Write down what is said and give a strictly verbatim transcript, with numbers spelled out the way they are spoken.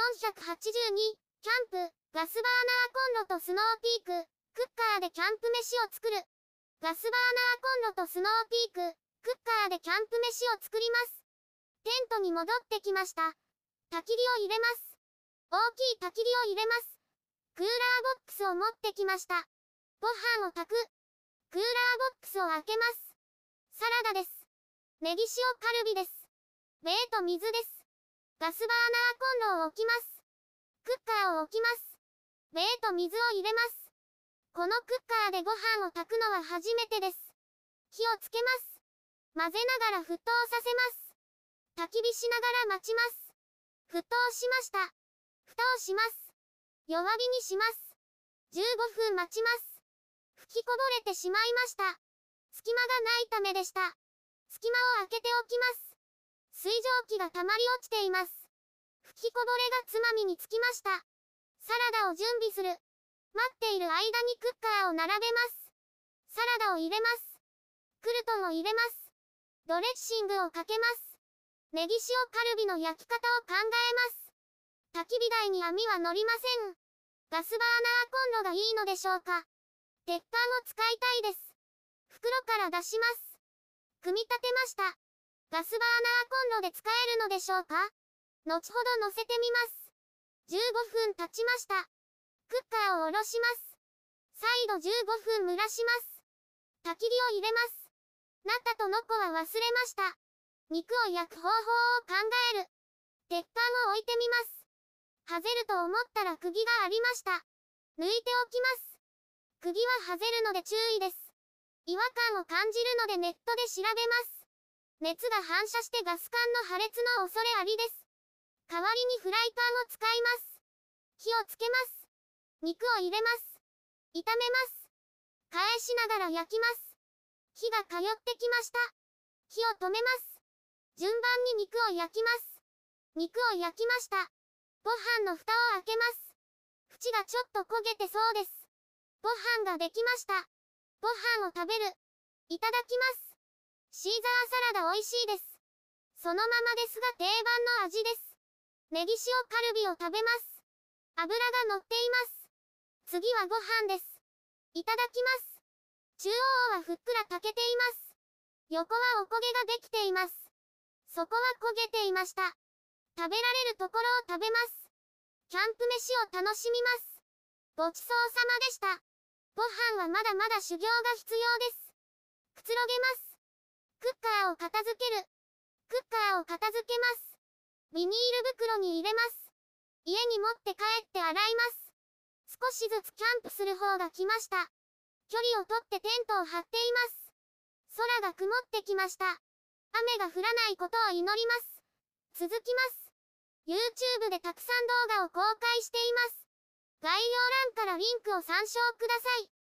んひゃくはちじゅうに、キャンプ、ガスバーナーコンロとスノーピーク、クッカーでキャンプ飯を作る。ガスバーナーコンロとスノーピーク、クッカーでキャンプ飯を作ります。テントに戻ってきました。焚き火を入れます。大きい焚き火を入れます。クーラーボックスを持ってきました。ご飯を炊く。クーラーボックスを開けます。サラダです。ネギ塩カルビです。米と水です。ガスバーナーコンロを置きます。クッカーを置きます。米と水を入れます。このクッカーでご飯を炊くのは初めてです。火をつけます。混ぜながら沸騰させます。焚き火しながら待ちます。沸騰しました。蓋をします。弱火にします。じゅうごふん待ちます。吹きこぼれてしまいました。隙間がないためでした。隙間を開けておきます。水蒸気が溜まり落ちています。吹きこぼれがつまみにつきました。サラダを準備する。待っている間にクッカーを並べます。サラダを入れます。クルトンを入れます。ドレッシングをかけます。ネギ塩カルビの焼き方を考えます。焚き火台に網は乗りません。ガスバーナーコンロがいいのでしょうか。鉄板を使いたいです。袋から出します。組み立てました。ガスバーナーコンロで使えるのでしょうか。後ほど乗せてみます。じゅうごふん経ちました。クッカーを下ろします。再度じゅうごふん蒸らします。焚き火を入れます。ナタとノコは忘れました。肉を焼く方法を考える。鉄板を置いてみます。外れると思ったら釘がありました。抜いておきます。釘は外れるので注意です。違和感を感じるのでネットで調べます。熱が反射してガス管の破裂の恐れありです。代わりにフライパンを使います。火をつけます。肉を入れます。炒めます。返しながら焼きます。火が通ってきました。火を止めます。順番に肉を焼きます。肉を焼きました。ご飯の蓋を開けます。縁がちょっと焦げてそうです。ご飯ができました。ご飯を食べる。いただきます。シーザーサラダ美味しいです。そのままですが定番の味です。ネギ塩カルビを食べます。油が乗っています。次はご飯です。いただきます。中央はふっくら炊けています。横はおこげができています。そこは焦げていました。食べられるところを食べます。キャンプ飯を楽しみます。ごちそうさまでした。ご飯はまだまだ修行が必要です。くつろげます。クッカーを片付ける。クッカーを片付けます。ビニール袋に入れます。家に持って帰って洗います。少しずつキャンプする方が来ました。距離をとってテントを張っています。空が曇ってきました。雨が降らないことを祈ります。続きます。YouTube でたくさん動画を公開しています。概要欄からリンクを参照ください。